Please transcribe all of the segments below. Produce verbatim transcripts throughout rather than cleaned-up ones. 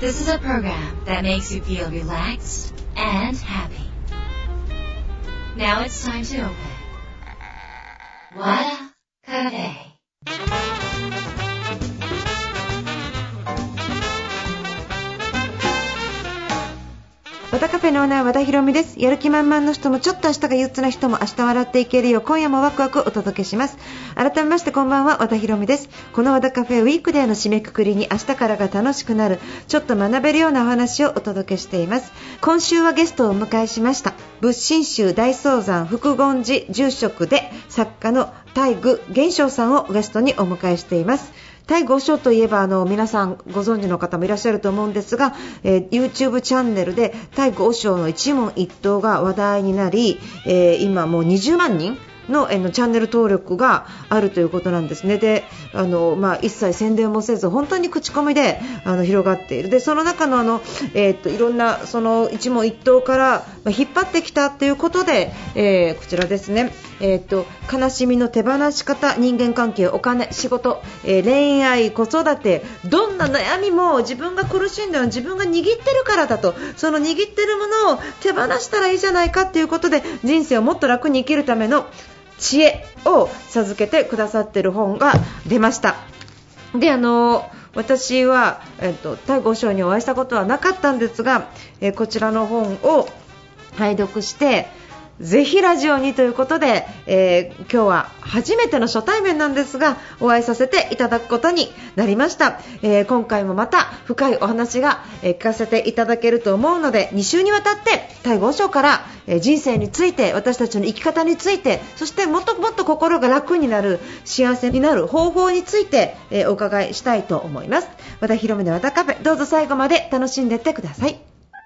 This is a program that makes you feel relaxed and happy. Now it's time to open Wada Cafe. 和田カフェのオーナー和田博美です。やる気満々の人もちょっと明日が憂鬱な人も明日笑っていけるよう今夜もワクワクお届けします。改めましてこんばんは、和田博美です。この和田カフェウィークデーの締めくくりに明日からが楽しくなるちょっと学べるようなお話をお届けしています。今週はゲストをお迎えしました。仏心宗大僧山福厳寺住職で作家の大愚玄正さんをゲストにお迎えしています。大愚和尚といえばあの皆さんご存知の方もいらっしゃると思うんですが、えー、YouTube チャンネルで大愚和尚の一問一答が話題になり、えー、今もうにじゅうまんにん の, のチャンネル登録があるということなんですね。であの、まあ、一切宣伝もせず本当に口コミであの広がっている。でその中の、あの、えー、っといろんなその一問一答から、まあ、引っ張ってきたということで、えー、こちらですね、えー、っと悲しみの手放し方、人間関係、お金、仕事、えー、恋愛、子育て、どんな悩みも自分が苦しんだのは自分が握ってるからだと、その握ってるものを手放したらいいじゃないかということで人生をもっと楽に生きるための知恵を授けてくださっている本が出ました。であの私は、えっと、大愚和尚にお会いしたことはなかったんですが、えー、こちらの本を拝読してぜひラジオにということで、えー、今日は初めての初対面なんですがお会いさせていただくことになりました。えー、今回もまた深いお話が、えー、聞かせていただけると思うのでに週にわたって大愚和尚から、えー、人生について、私たちの生き方について、そしてもっともっと心が楽になる、幸せになる方法について、えー、お伺いしたいと思います。和田博美の和田カフェ、どうぞ最後まで楽しんでいってください。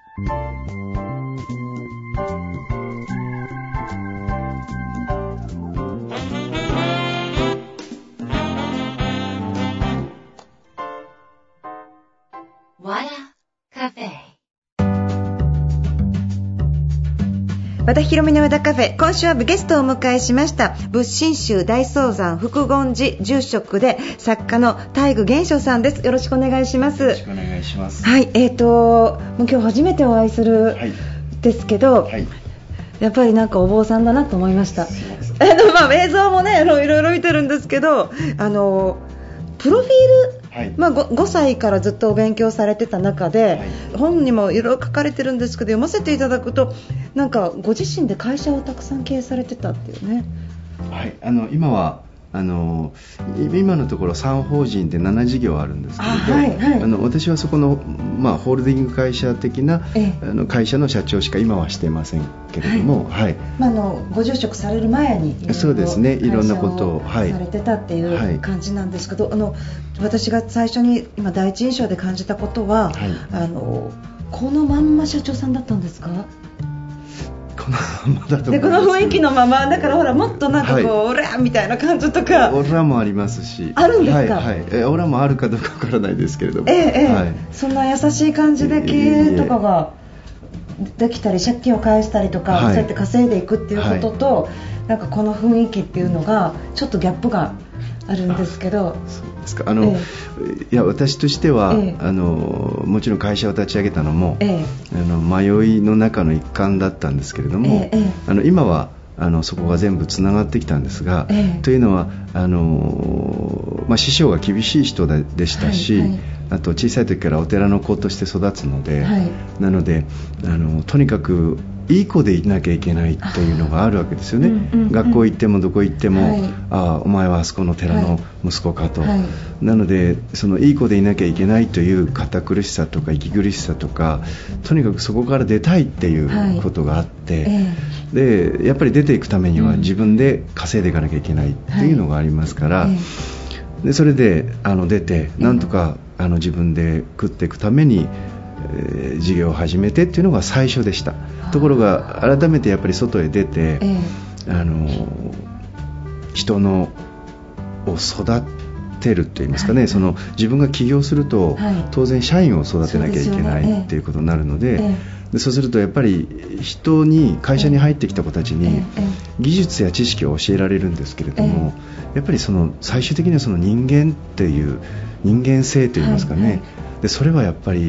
和田博美の和田カフェ、今週はゲストをお迎えしました。仏心宗大僧山福厳寺住職で作家の大愚玄正さんです。よろしくお願いします。 よろしくお願いします。 はい、えーともう今日初めてお会いするですけど、はいはい、やっぱりなんかお坊さんだなと思いました。あの、まあ、映像もねあのいろいろ見てるんですけど、あのプロフィール、はい、まあ、5, ごさいからずっとお勉強されてた中で、はい、本にもいろいろ書かれてるんですけど読ませていただくとなんかご自身で会社をたくさん経営されてたっていうね。 はい、あの今はあの今のところさん法人でなな事業あるんですけれど、あ、はいはい、あの私はそこの、まあ、ホールディング会社的なあの会社の社長しか今はしていませんけれども、はいはい、 まあ、あのご住職される前にそうですね、いろんなことをされてたっていう感じなんですけど、はい、あの私が最初に今第一印象で感じたことは、はい、あのこのまんま社長さんだったんですか？ このままだと思います。 でこの雰囲気のままだからほらもっとなんかこう、はい、オラみたいな感じとかオラもありますし、 あるんですか？ はいはい、えオラもあるかどうかわからないですけれども、 ええ、はい、そんな優しい感じで経営とかができたり借金を返したりとか、はい、そうやって稼いでいくっていうことと、はい、なんかこの雰囲気っていうのがちょっとギャップがあるんですけど。 そうですか。あの、ええ、いや私としては、ええ、あのもちろん会社を立ち上げたのも、ええ、あの迷いの中の一環だったんですけれども、ええ、あの今はあのそこが全部つながってきたんですが、ええ、というのはあの、まあ、師匠が厳しい人でしたし、はいはい、あと小さい時からお寺の子として育つので、はい、なのであのとにかくいい子でいなきゃいけないというのがあるわけですよね、うんうんうん、学校行ってもどこ行っても、はい、あお前はあそこの寺の息子かと、はい、なのでそのいい子でいなきゃいけないという堅苦しさとか息苦しさとか、とにかくそこから出たいっていうことがあって、はい、でやっぱり出ていくためには自分で稼いでいかなきゃいけないっていうのがありますから、はい、でそれであの出てなんとかあの自分で食っていくためにえー、事業を始めてっていうのが最初でした。ところが改めてやっぱり外へ出て、えー、あの人のを育てるといいますかね、はい、その自分が起業すると、はい、当然社員を育てなきゃいけない、ね、っていうことになるので、えー、でそうするとやっぱり人に会社に入ってきた子たちに技術や知識を教えられるんですけれども、えー、やっぱりその最終的にはその人間っていう人間性といいますかね、はいはい、でそれはやっぱり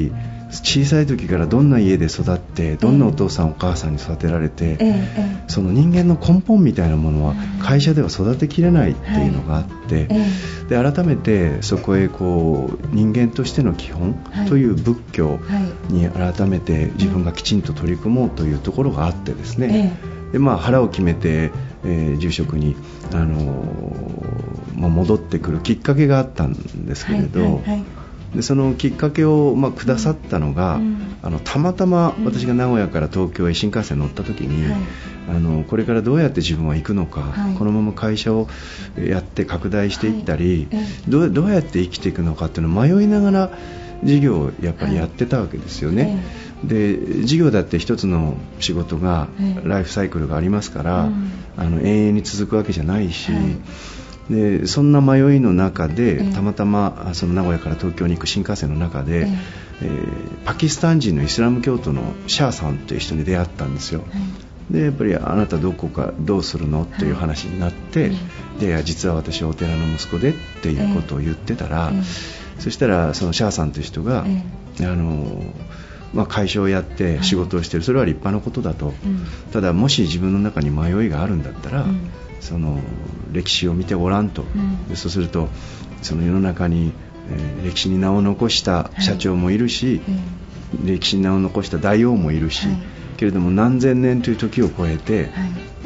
小さい時からどんな家で育ってどんなお父さんお母さんに育てられて、その人間の根本みたいなものは会社では育てきれないっていうのがあって、で改めてそこへこう人間としての基本という仏教に改めて自分がきちんと取り組もうというところがあってですね、でまあ、腹を決めて、えー、住職に、あのーまあ、戻ってくるきっかけがあったんですけれど、はいはいはい、でそのきっかけを、まあ、くださったのが、うん、あのたまたま私が名古屋から東京へ新幹線に乗った時に、はい、あのこれからどうやって自分は行くのか、はい、このまま会社をやって拡大していったり、はい、どう、どうやって生きていくのかっていうのを迷いながら事業をやっぱりやってたわけですよね、はい、で事業だって一つの仕事がライフサイクルがありますから、はい、あの永遠に続くわけじゃないし、はい、でそんな迷いの中でたまたまその名古屋から東京に行く新幹線の中で、ええー、パキスタン人のイスラム教徒のシャーさんという人に出会ったんですよ、はい、でやっぱりあなたどこかどうするのという話になって、はい、で実は私はお寺の息子でっていうことを言ってたら、ええ、そしたらそのシャーさんという人が、ええ、あのまあ、会社をやって仕事をしている、それは立派なことだと、うん、ただもし自分の中に迷いがあるんだったら、うん、その歴史を見てごらんと、うん、でそうするとその世の中に、えー、歴史に名を残した社長もいるし、はい、歴史に名を残した大王もいるし、はい、けれども何千年という時を超えて、はい、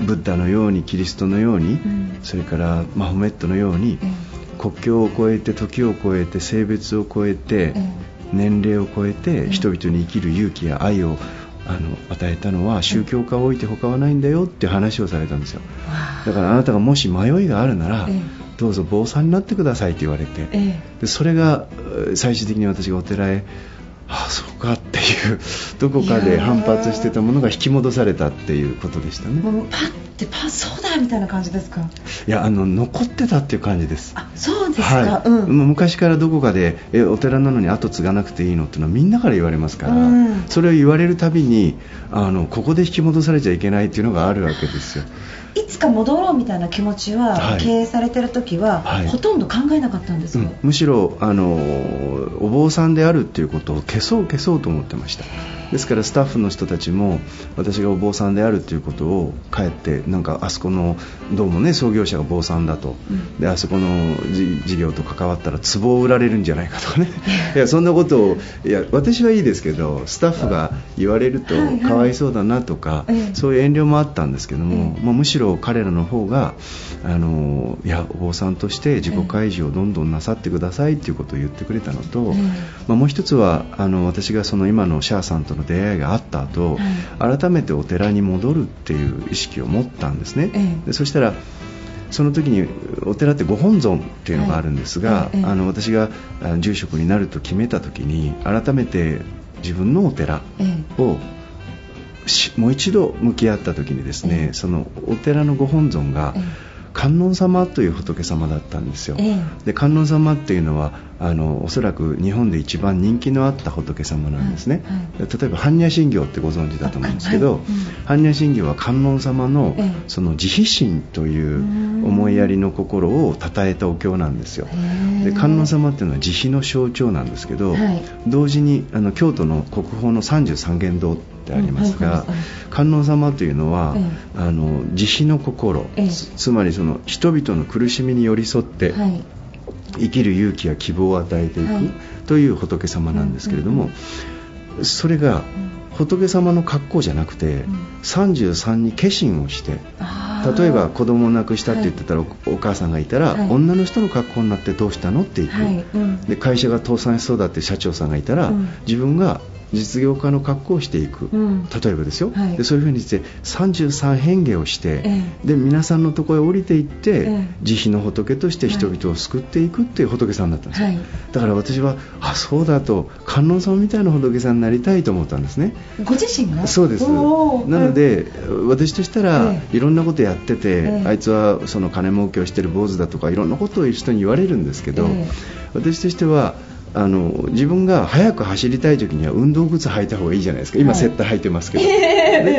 ブッダのようにキリストのように、うん、それからマホメットのように、うん、国境を越えて時を越えて性別を超えて、うん年齢を超えて人々に生きる勇気や愛をあの与えたのは宗教家を置いて他はないんだよって話をされたんですよ。だからあなたがもし迷いがあるならどうぞ坊さんになってくださいと言われて、でそれが最終的に私がお寺へああそうかっていうどこかで反発してたものが引き戻されたっていうことでしたね。 もうパッてパッそうだみたいな感じですか？ いやあの残ってたっていう感じです。 あそうですか、 はいうん、昔からどこかでえお寺なのに後継がなくていいのっていうのはみんなから言われますから、うん、それを言われるたびにあのここで引き戻されちゃいけないっていうのがあるわけですよ。 いつか戻ろうみたいな気持ちは、はい、経営されてる時は、はい、ほとんど考えなかったんですか？うん、 むしろあのお坊さんであるっていうことを消そう消そうと思ってました。ですからスタッフの人たちも私がお坊さんであるということを帰ってなんかあそこのどうもね創業者が坊さんだと、うん、であそこの事業と関わったら壺を売られるんじゃないかとかねいやそんなことをいや私はいいですけどスタッフが言われるとかわいそうだなとか、はいはい、そういう遠慮もあったんですけども、まあ、むしろ彼らの方があのいやお坊さんとして自己開示をどんどんなさってくださいということを言ってくれたのと、まあ、もう一つはあの私がその今のシャーさんとの出会いがあった後、はい、改めてお寺に戻るっていう意識を持ったんですね、ええ、でそしたらその時にお寺ってご本尊っていうのがあるんですが、はいええ、あの私が住職になると決めた時に改めて自分のお寺を、ええ、もう一度向き合った時にですね、ええ、そのお寺のご本尊が、ええ観音様という仏様だったんですよ、ええ、で観音様っていうのはあのおそらく日本で一番人気のあった仏様なんですね、はいはい、例えば般若心経ってご存知だと思うんですけど、はいうん、般若心経は観音様の、ええ、その慈悲心という思いやりの心を称えたお経なんですよ。で観音様っていうのは慈悲の象徴なんですけど、はい、同時にあの京都の国宝の三十三間堂ってありますが、うんはい、観音様というのは、ええ、あの慈悲の心、ええ、つ, つまりその人々の苦しみに寄り添って、はい、生きる勇気や希望を与えていく、はい、という仏様なんですけれども、うんうんうん、それが仏様の格好じゃなくて、うん、さんじゅうさんに化身をして例えば子供を亡くしたって言ってたら、はい、お, お母さんがいたら、はい、女の人の格好になってどうしたのって言って、はいうん、で会社が倒産しそうだって社長さんがいたら、うん、自分が実業家の格好をしていく、うん、例えばですよ、はい、でそういうふうにしてさんじゅうさん変化をして、ええ、で皆さんのところへ降りていって、ええ、慈悲の仏として人々を救っていくっていう仏さんだったんですよ、はい、だから私はあそうだと観音様みたいな仏さんになりたいと思ったんですね。 ご自身がそうですなので、ええ、私としたら、ええ、いろんなことやってて、ええ、あいつはその金儲けをしてる坊主だとかいろんなことを人に言われるんですけど、ええ、私としてはあの自分が速く走りたい時には運動靴履いた方がいいじゃないですか。今、はい、セッター履いてますけど、ね、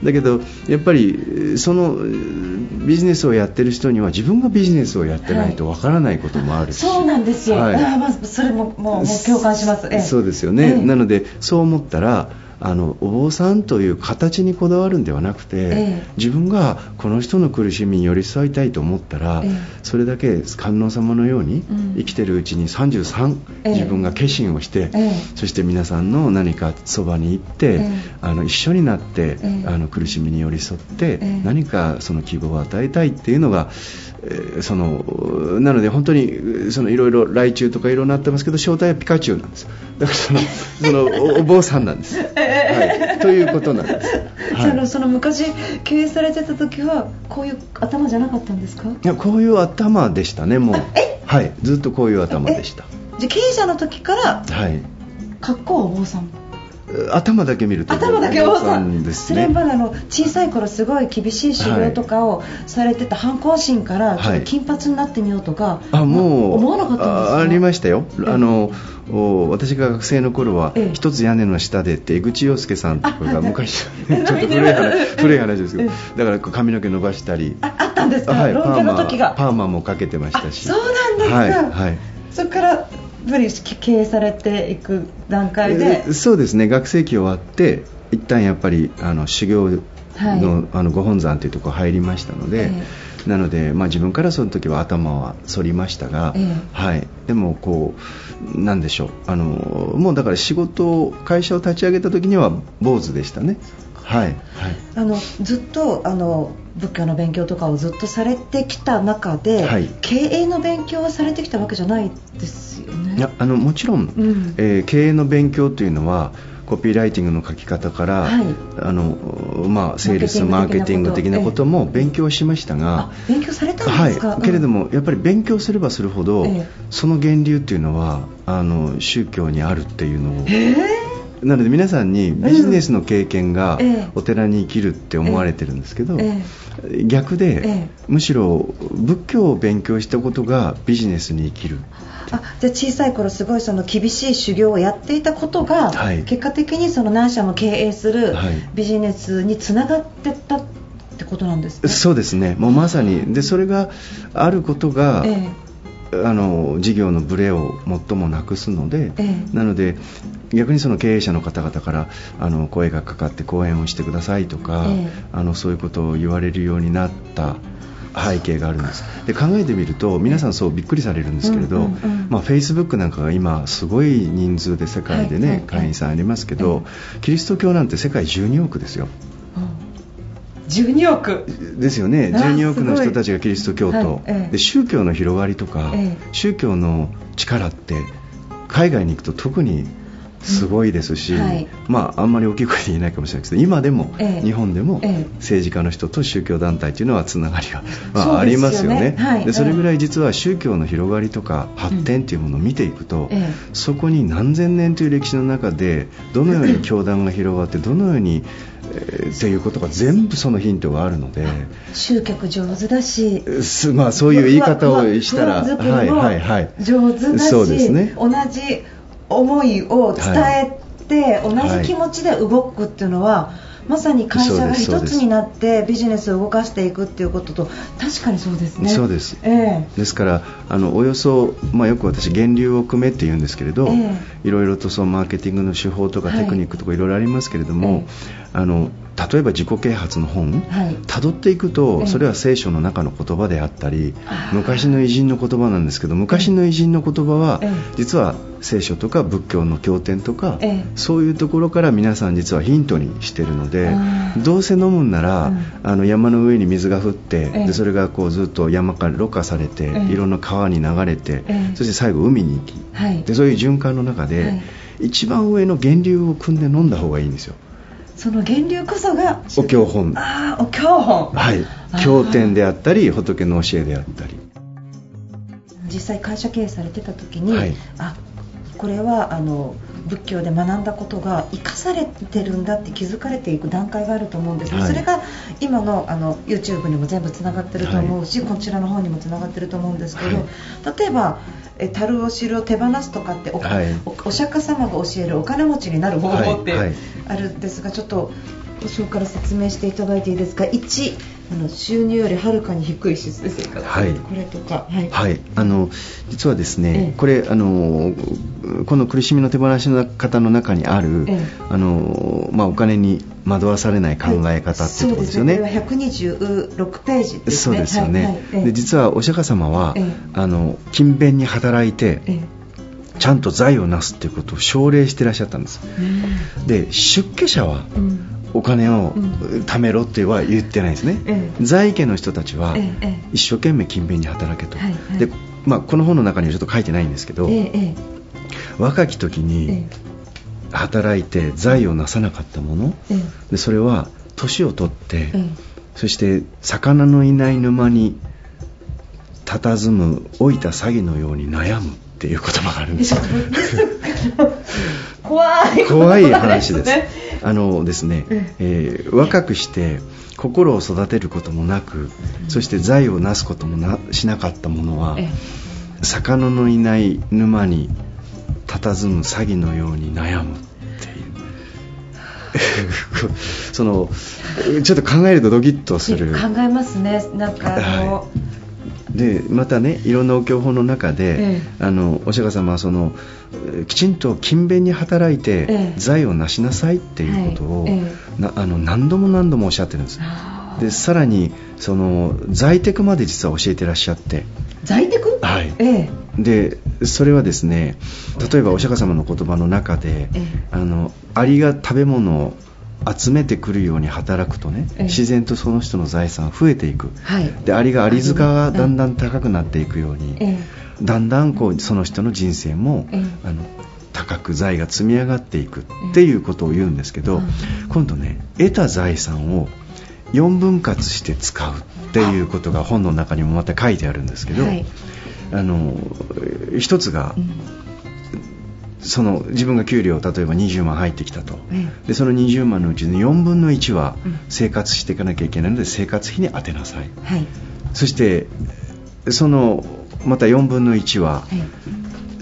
だけどやっぱりそのビジネスをやってる人には自分がビジネスをやってないとわからないこともあるし、 はい、そうなんですよ、はい、あ、まあ、それももうもう共感します。ええ、 そうですよね、ええ、なのでそう思ったらあのお坊さんという形にこだわるんではなくて、ええ、自分がこの人の苦しみに寄り添いたいと思ったら、ええ、それだけ観音様のように生きてるうちにさんじゅうさん、ええ、自分が決心をして、ええ、そして皆さんの何かそばに行って、ええ、あの一緒になって、ええ、あの苦しみに寄り添って、ええ、何かその希望を与えたいっていうのがそのなので本当にそのいろいろ来中とかいろいろなってますけど正体はピカチュウなんですよ。だからそのその お, お坊さんなんです、はい、ということなんです、 はい、そのその昔経営されてた時はこういう頭じゃなかったんですか？ いや、こういう頭でしたね。もうはい、ずっとこういう頭でした。 じゃあ経営者の時から、はい、格好はお坊さん、 頭だけ見ると頭だけお坊さんですね。それまであの小さい頃すごい厳しい修行とかをされてた反抗心からちょっと金髪になってみようとか、 はい、あもう思わなかったんですか？ あ, ありましたよ。あの私が学生の頃は、ええ、一つ屋根の下でって江口洋介さんとかが昔ちょっと古い話古い話ですけど、だから髪の毛伸ばしたりあ, あったんですか、はい、ロン毛の時がパーマ、パーマもかけてましたし。 そうなんですか、 はいはい、 それから経営されていく段階で、 そうですね、学生期終わって一旦やっぱりあの修行の、はい、あのご本山というところ入りましたので、えー、なので、まあ、自分からその時は頭は反りましたが、えーはい、でもこうなんでしょう、あのもうだから仕事を会社を立ち上げた時には坊主でしたね。はいはい、 あのずっとあの仏教の勉強とかをずっとされてきた中で、はい、経営の勉強はされてきたわけじゃないですよね。 いや、あのもちろん、うんえー、経営の勉強というのはコピーライティングの書き方から、はい、あのまあ、セールスマーケティング的なことも勉強しましたが、 えー、勉強されたんですか？ はい、けれどもやっぱり勉強すればするほど、えー、その源流というのはあの宗教にあるっていうのを、えーなので皆さんにビジネスの経験がお寺に生きるって思われてるんですけど、ええ、逆で、ええ、むしろ仏教を勉強したことがビジネスに生きる。 あ、じゃあ小さい頃すごいその厳しい修行をやっていたことが、はい、結果的にその何社も経営するビジネスにつながってったってことなんですね。 そうですね、もうまさにでそれがあることが、ええあの事業のブレを最もなくすので、ええ、なので逆にその経営者の方々からあの声がかかって講演をしてくださいとか、ええ、あのそういうことを言われるようになった背景があるんです。で考えてみると皆さんそうびっくりされるんですけれど、うんうんうんまあ、Facebook なんかが今すごい人数で世界でね、はいはい、会員さんありますけど、ええ、キリスト教なんて世界じゅうにおくですよ。 じゅうにおくですよね。じゅうにおくの人たちがキリスト教徒、はいええ、で宗教の広がりとか、ええ、宗教の力って海外に行くと特にすごいですし、うんはい、まあ、あんまり大きい声で言えないかもしれないですけど今でも、ええ、日本でも政治家の人と宗教団体というのはつながりが、まあ、ありますよね。はい、でそれぐらい実は宗教の広がりとか発展というものを見ていくと、うんええ、そこに何千年という歴史の中でどのように教団が広がってどのようにえー、っていうことが全部そのヒントがあるので、 集客上手だし、 まあ、そういう言い方をしたら上手だし、そうですね、同じ思いを伝えて、はい、同じ気持ちで動くっていうのは、はい、まさに会社が一つになってビジネスを動かしていくっていうことと確かにそうですね。 そうです、えー、ですからあのおよそ、まあ、よく私源流を組めって言うんですけれど、えー、いろいろとそのマーケティングの手法とかテクニックとかいろいろありますけれども、はいえーあの例えば自己啓発の本、はい、辿っていくとそれは聖書の中の言葉であったり、昔の偉人の言葉なんですけど、昔の偉人の言葉は実は聖書とか仏教の経典とか、そういうところから皆さん実はヒントにしているので、どうせ飲むんなら、うん、あの山の上に水が降って、でそれがこうずっと山からろ過されて、いろんな川に流れて、そして最後海に行き、はい、でそういう循環の中で、はい、一番上の源流を汲んで飲んだ方がいいんですよ。 その源流こそがお経本、 あお経本、 はい、経典であったり仏の教えであったり、 実際会社経営されてた時に、はい、あこれはあの仏教で学んだことが生かされてるんだって気づかれていく段階があると思うんですけど、はい、それが今 の, あの YouTube にも全部つながってると思うし、はい、こちらの方にもつながってると思うんですけど、はい、例えばえ樽を汁を手放すとかって お,、はい、お, お釈迦様が教えるお金持ちになる方法ってあるんですが、ちょっとそこから説明していただいていいですか。いち、あの収入よりはるかに低い出生活、はい、これとか、はい、 はい、あの実はですね、ええ、これあのこの苦しみの手放しの方の中にある、ええ、あのまあ、お金に惑わされない考え方っていうところですよね。 はい、そうですね。これはひゃくにじゅうろくページですね。 そうですよね。 はいはい、 で実はお釈迦様は、ええ、あの勤勉に働いて、ええ、ちゃんと財をなすっていうことを奨励していらっしゃったんです。うん、で出家者は、うん、お金を貯めろっては言ってないですね。ええ、在家の人たちは一生懸命勤勉に働けと、はいはい、でまあ、この本の中にはちょっと書いてないんですけど、ええ、若き時に働いて財をなさなかったもの、ええ、でそれは年を取って、ええ、そして魚のいない沼に佇む老いた詐欺のように悩むっていう言葉があるんですよ。 怖い怖い話です。あのですね、えー、若くして心を育てることもなく、そして財をなすこともなしなかった者は、魚のいない沼に佇む詐欺のように悩むっていうそのちょっと考えるとドキッとする。 考えますね。なんかあの、はい、 でまたね、いろんなお経本の中で、ええ、あのお釈迦様はそのきちんと勤勉に働いて、ええ、財を成しなさいっていうことを、はい、ええ、なあの何度も何度もおっしゃってるんです。でさらにその財テクまで実は教えてらっしゃって。 財テク？ はい、ええ、でそれはですね、例えばお釈迦様の言葉の中で、ええ、あのアリが食べ物を集めてくるように働くとね、ええ、自然とその人の財産増えていく、はい、でアリがアリ塚がだんだん高くなっていくように、ええ、だんだんこうその人の人生も、ええ、あの高く財が積み上がっていくっていうことを言うんですけど、ええ、今度ね、得た財産をよんぶん割して使うっていうことが本の中にもまた書いてあるんですけど、はい、あの一つが、うん、その自分が給料例えばにじゅうまん入ってきたと、うん、でそのにじゅうまんのうちのよんぶんのいちは生活していかなきゃいけないので生活費に充てなさい、はい、そしてそのまたよんぶんのいちは、はい、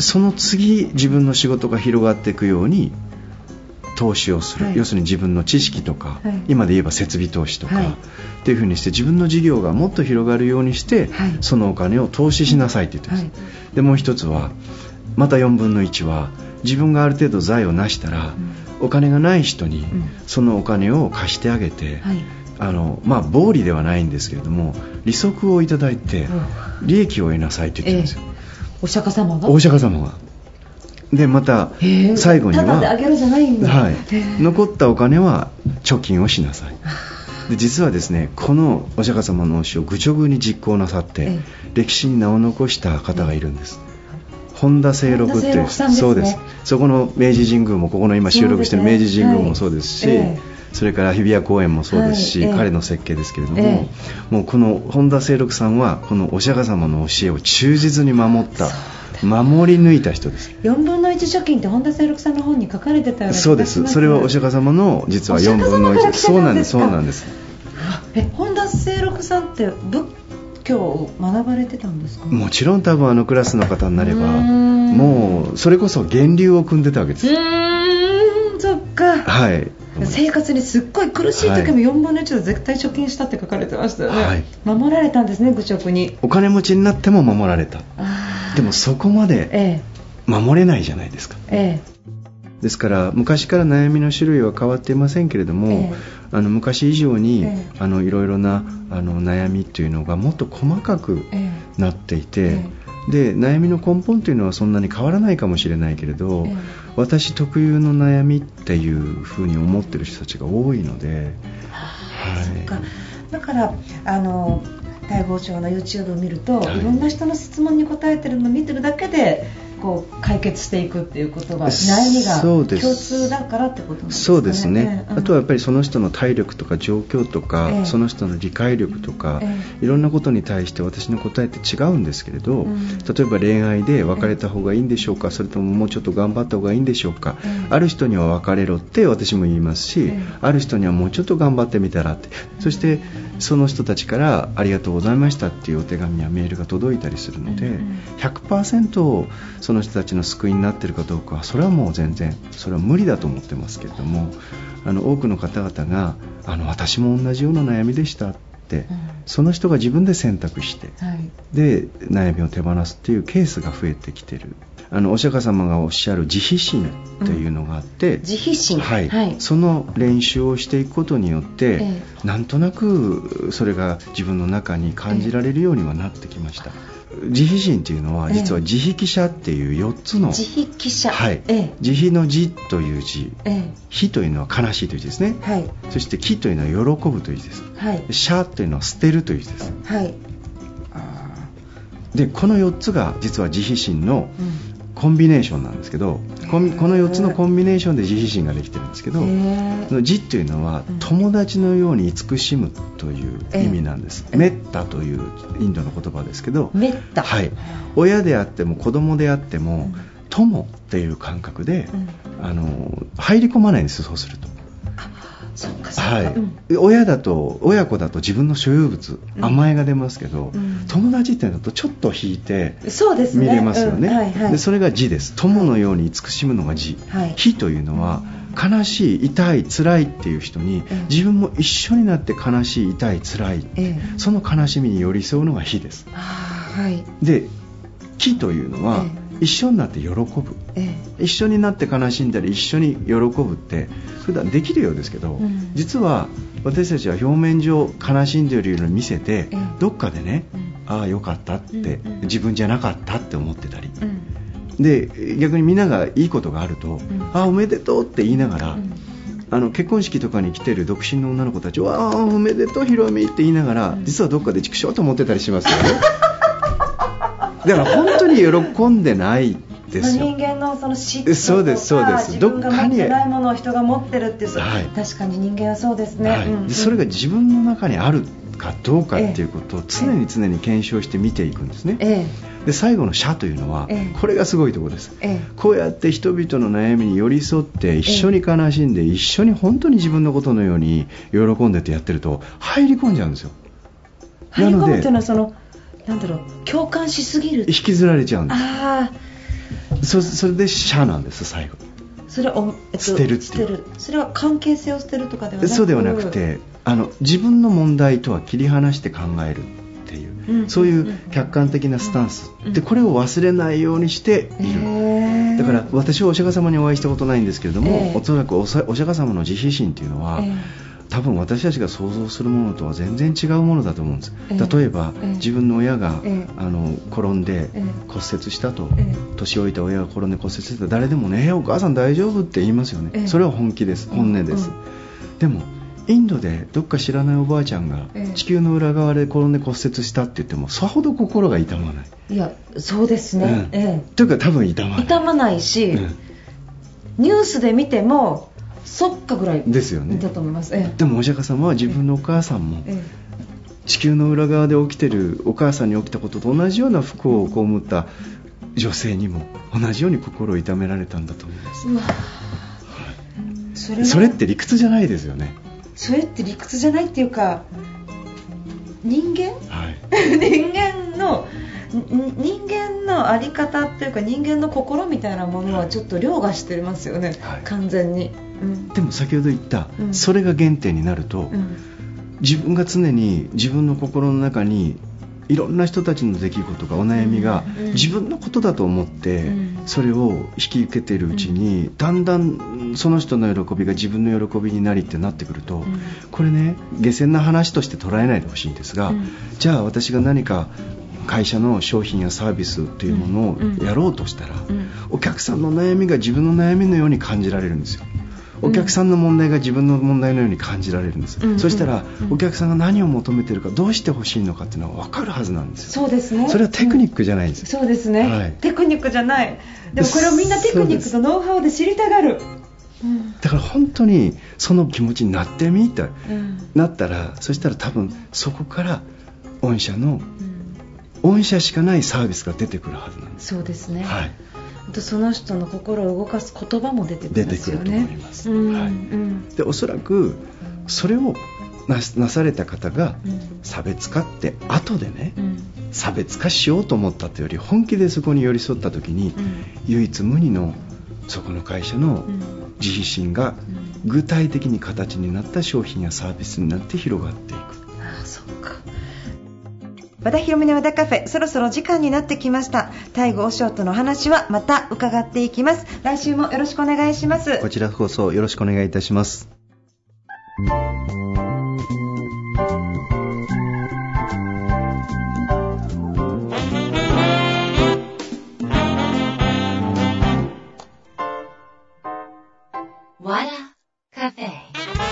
その次自分の仕事が広がっていくように投資をする、はい、要するに自分の知識とか、はい、今で言えば設備投資とか、はい、っていうふうにして自分の事業がもっと広がるようにして、はい、そのお金を投資しなさいって言ってます、はい、でもう一つはまたよんぶんのいちは自分がある程度財を成したら、うん、お金がない人にそのお金を貸してあげて、はい、あのまあ暴利ではないんですけれども利息をいただいて利益を得なさいって言ってるんですよ、えー、お釈迦様がお釈迦様がでまた最後には、 ただであげるじゃないんだ、 はい、残ったお金は貯金をしなさい。で実はですね、このお釈迦様の教えを愚直に実行なさって歴史に名を残した方がいるんです。本田清六っていう、そうです。そこの明治神宮もここの今収録している明治神宮もそうですし、はい、それから日比谷公園もそうですし、はい、彼の設計ですけれども、ええ、もうこの本田清六さんはこのお釈迦様の教えを忠実に守った守り抜いた人です。 よんぶんのいち貯金って本田清六さんの本に書かれてたような気がします。 そうです。それはお釈迦様の実はよんぶんのいち。そうなんです。そうなんです。 え、本田清六さんって仏教を学ばれてたんですか？ もちろん多分あのクラスの方になればもうそれこそ源流を組んでたわけです。 うーん、そっか。はい。生活にすっごい苦しい時もよんぶんのいちは絶対貯金したって書かれてましたよね、はい、守られたんですね、愚直に。 お金持ちになっても守られた。でもそこまで守れないじゃないですか、ええ、ですから昔から悩みの種類は変わっていませんけれども、ええ、あの昔以上に、ええ、あのいろいろなあの悩みというのがもっと細かくなっていて、ええ、で悩みの根本というのはそんなに変わらないかもしれないけれど、ええ、私特有の悩みっていうふうに思っている人たちが多いので、 はい、そっか。だからあの大傍聴の YouTube を見ると、はい、いろんな人の質問に答えてるのを見てるだけでこう解決していくっていうことが悩みが共通だからってことなんですかね。 そうですね、うん、あとはやっぱりその人の体力とか状況とか、ええ、その人の理解力とか、ええ、いろんなことに対して私の答えって違うんですけれど、うん、例えば恋愛で別れた方がいいんでしょうか、ええ、それとももうちょっと頑張った方がいいんでしょうか、ええ、ある人には別れろって私も言いますし、ええ、ある人にはもうちょっと頑張ってみたらって、そしてその人たちからありがとうございましたっていうお手紙やメールが届いたりするので、うん、ひゃくパーセント そその人たちの救いになっているかどうかはそれはもう全然それは無理だと思ってますけれども、あの多くの方々があの私も同じような悩みでしたって、うん、その人が自分で選択して、はい、で悩みを手放すっていうケースが増えてきている。あのお釈迦様がおっしゃる慈悲心というのがあって、うん、 慈悲心、 はい、はい、その練習をしていくことによって、ええ、なんとなくそれが自分の中に感じられるようにはなってきました。ええ、慈悲心というのは実は慈悲喜捨っていうよっつの、 慈悲喜捨、 はい、ええ、慈悲の慈という字、ええ、悲というのは悲しいという字ですね、はい、そして喜というのは喜ぶという字です、はい、捨というのは捨てるという字です、はい、あでこのよっつが実は慈悲心の、うん、コンビネーションなんですけど、このよっつのコンビネーションで慈悲心ができてるんですけど、慈というのは友達のように慈しむという意味なんです。メッタというインドの言葉ですけど、 メッタ、 はい、親であっても子供であっても、うん、友っていう感覚で、うん、あの入り込まないんです。そうすると、 そうかそうか、 はい、うん、親だと親子だと自分の所有物、うん、甘えが出ますけど、うん、友達ってなるとちょっと引いて見れますよね。そ, ね、うん、はいはい、でそれが慈です。友のように慈しむのが慈、はい、悲というのは悲しい痛い辛いっていう人に、うん、自分も一緒になって悲しい痛い辛い、うん、その悲しみに寄り添うのが悲です。あ、はい、で喜というのは、うん、一緒になって喜ぶ、ええ、一緒になって悲しんだり一緒に喜ぶって普段できるようですけど、うん、実は私たちは表面上悲しんでいるように見せて、ええ、どっかでね、うん、ああよかったって、うんうん、自分じゃなかったって思ってたり、うん、で逆にみんながいいことがあると、うん、ああおめでとうって言いながら、うん、あの結婚式とかに来てる独身の女の子たちはああおめでとうひろみって言いながら、うん、実はどっかでチクショーと思ってたりしますよね。だから本当に喜んでないですよ。 人間のその嫉妬とか、そうですそうです、自分が持ってないものを人が持ってるっていう、はい、確かに人間はそうですね、はい、うんうん、 それが自分の中にあるかどうかっていうことを常に常に検証して見ていくんですね、ええ、で最後の捨というのは、ええ、これがすごいところです、ええ、こうやって人々の悩みに寄り添って一緒に悲しんで、ええ、一緒に本当に自分のことのように喜んでってやってると入り込んじゃうんですよ。 入り込むというのはそのなんだろう、共感しすぎる、 引きずられちゃうんです。あ そ, それで捨なんです。最後それは、えっと、 捨てるっていう、 捨てる、それは関係性を捨てるとかではなく、 そうではなくて、あの自分の問題とは切り離して考えるっていう、うん、そういう客観的なスタンス、うん、でこれを忘れないようにしている、えー、だから私はお釈迦様にお会いしたことないんですけれども、えー、おそらくお釈迦様の慈悲心というのは、えー多分私たちが想像するものとは全然違うものだと思うんです。例えば、ええ、自分の親が、ええ、あの転んで骨折したと、ええ、年老いた親が転んで骨折した誰でもね、えお母さん大丈夫って言いますよね、ええ、それは本気です、本音です、うん、でもインドでどっか知らないおばあちゃんが地球の裏側で転んで骨折したって言ってもさほど心が痛まない。 いやそうですね、うんええ、というか多分痛まない痛まないし、うん、ニュースで見てもそっかぐらいですよね。 だと思います、ええ、 でもお釈迦様は自分のお母さんも、ええ、地球の裏側で起きてるお母さんに起きたことと同じような不幸を被った女性にも同じように心を痛められたんだと思います。うわ、はい、それ、それって理屈じゃないですよね。 それって理屈じゃないっていうか人間、はい、人間の人間の在り方っていうか人間の心みたいなものはちょっと凌駕してますよね、はい、完全に、 うん、でも先ほど言った、うん、それが原点になると、うん、自分が常に自分の心の中にいろんな人たちの出来事がお悩みが自分のことだと思ってそれを引き受けているうちにだんだんその人の喜びが自分の喜びになりってなってくると、これね下船な話として捉えないでほしいんですが、じゃあ私が何か会社の商品やサービスというものをやろうとしたら、お客さんの悩みが自分の悩みのように感じられるんですよ。お客さんの問題が自分の問題のように感じられるんです、うんうん、そしたらお客さんが何を求めているかどうしてほしいのかっていうのは分かるはずなんですよ。 そうですね。 それはテクニックじゃないんですよ、 うん、そうですね、はい、テクニックじゃない。でもこれをみんなテクニックとノウハウで知りたがる、 うん、だから本当にその気持ちになってみた、うん、なったらそしたら多分そこから御社の、うん、御社しかないサービスが出てくるはずなんです。 そうですね、 はい、 その人の心を動かす言葉も出てくるんですよね。 出てくると思います、うんはいうん、でおそらくそれを な, なされた方が差別化って後でね、うん、 差別化しようと思ったというより本気でそこに寄り添った時に、うん、唯一無二のそこの会社の自費心が具体的に形になった商品やサービスになって広がっていく。 ああ、そうか。和田博美の和田カフェ、そろそろ時間になってきました。大魚和尚との話はまた伺っていきます。来週もよろしくお願いします。 こちらこそよろしくお願いいたします。 和田カフェ。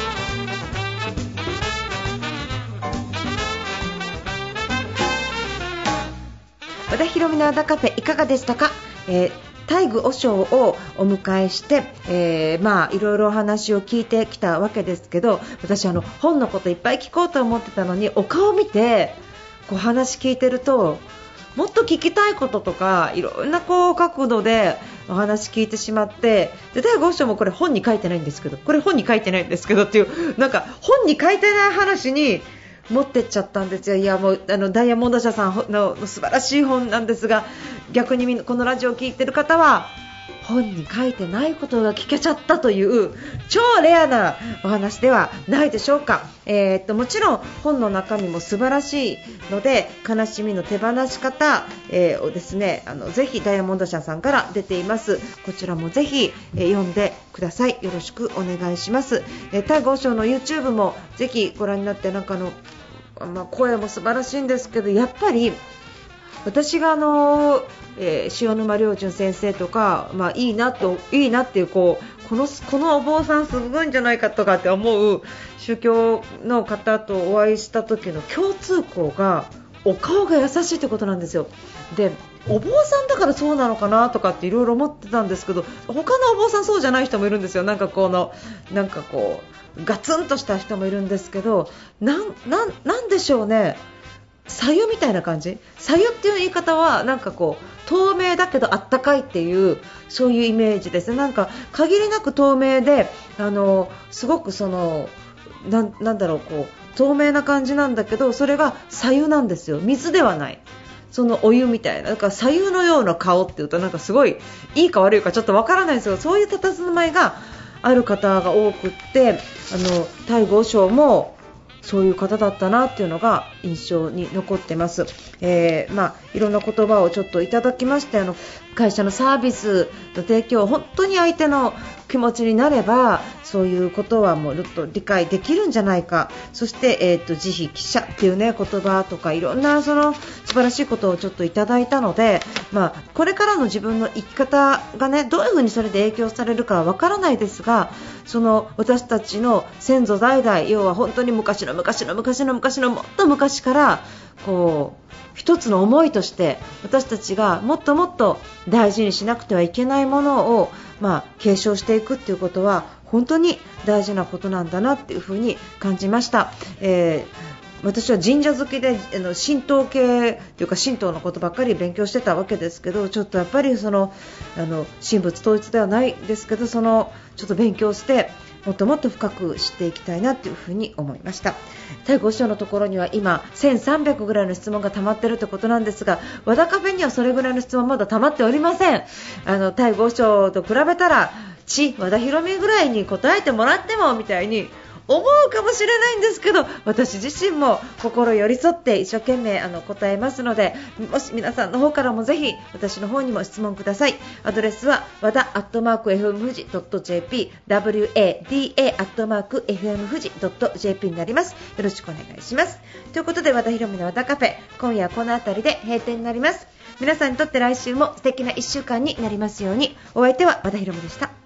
和田博美の和田カフェいかがでしたか。えー、大愚和尚をお迎えして、えー、まあいろいろお話を聞いてきたわけですけど、私あの本のこといっぱい聞こうと思ってたのに、お顔を見てこう話聞いてるともっと聞きたいこととかいろんなこう角度でお話聞いてしまって、で大愚和尚もこれ本に書いてないんですけどこれ本に書いてないんですけどっていうなんか本に書いてない話に持ってっちゃったんですよ。いやもうあのダイヤモンド社さんの素晴らしい本なんですが、逆にこのラジオを聞いてる方は本に書いてないことが聞けちゃったという超レアなお話ではないでしょうか。えー、っともちろん本の中身も素晴らしいので、悲しみの手放し方、えー、をですね、あのぜひダイヤモンド社さんから出ています。こちらもぜひ、えー、読んでください。よろしくお願いします。えー、大愚和尚の YouTube もぜひご覧になって、なんかのまあ、声も素晴らしいんですけど、やっぱり私があの、えー、塩沼良純先生とか、まあ、いいなといいなっていう、こうこのこのお坊さんすごいんじゃないかとかって思う宗教の方とお会いした時の共通項がお顔が優しいってことなんですよ。でお坊さんだからそうなのかなとかっていろいろ思ってたんですけど、他のお坊さんそうじゃない人もいるんですよ。なんかこのなんかこうガツンとした人もいるんですけど、なん、なん、なんでしょうね、白湯みたいな感じ。白湯っていう言い方はなんかこう透明だけどあったかいっていう、そういうイメージですね。なんか限りなく透明で、あのすごくそのな ん, なんだろうこう透明な感じなんだけど、それが白湯なんですよ。水ではない、そのお湯みたいな、なんか白湯のような顔っていうとなんかすごいいいか悪いかちょっとわからないんですけど、そういう佇まいがある方が多くって、あの大愚和尚もそういう方だったなっていうのが印象に残ってます。えーまあ、いろんな言葉をちょっといただきまして、あの会社のサービスの提供、本当に相手の気持ちになればそういうことはもうちょっと理解できるんじゃないか。そして、えー、と自費記者っていう、ね、言葉とかいろんなその素晴らしいことをちょっといただいたので、まあ、これからの自分の生き方が、ね、どういうふうにそれで影響されるかはわからないですが、その私たちの先祖代々、要は本当に昔の昔の昔の昔のもっと昔からこう一つの思いとして私たちがもっともっと大事にしなくてはいけないものを、まあ、継承していくということは本当に大事なことなんだなというふうに感じました。えー私は神社好きであの神道系というか神道のことばっかり勉強してたわけですけど、ちょっとやっぱりそのあの神仏統一ではないですけど、そのちょっと勉強してもっともっと深く知っていきたいなというふうに思いました。大愚和尚のところには今せんさんびゃくぐらいの質問が溜まっているということなんですが、和田カフェにはそれぐらいの質問まだ溜まっておりません。あの大愚和尚と比べたらち和田博美ぐらいに答えてもらってもみたいに思うかもしれないんですけど、私自身も心寄り添って一生懸命あの答えますので、もし皆さんの方からもぜひ私の方にも質問ください。アドレスは和田アットマーク エフエム 富士 .jp ダブリュー エー ディー エー アットマーク エフエム 富士 .jp になります。よろしくお願いします。ということで和田博美の和田カフェ、今夜この辺りで閉店になります。皆さんにとって来週も素敵ないっしゅうかんになりますように。お相手は和田博美でした。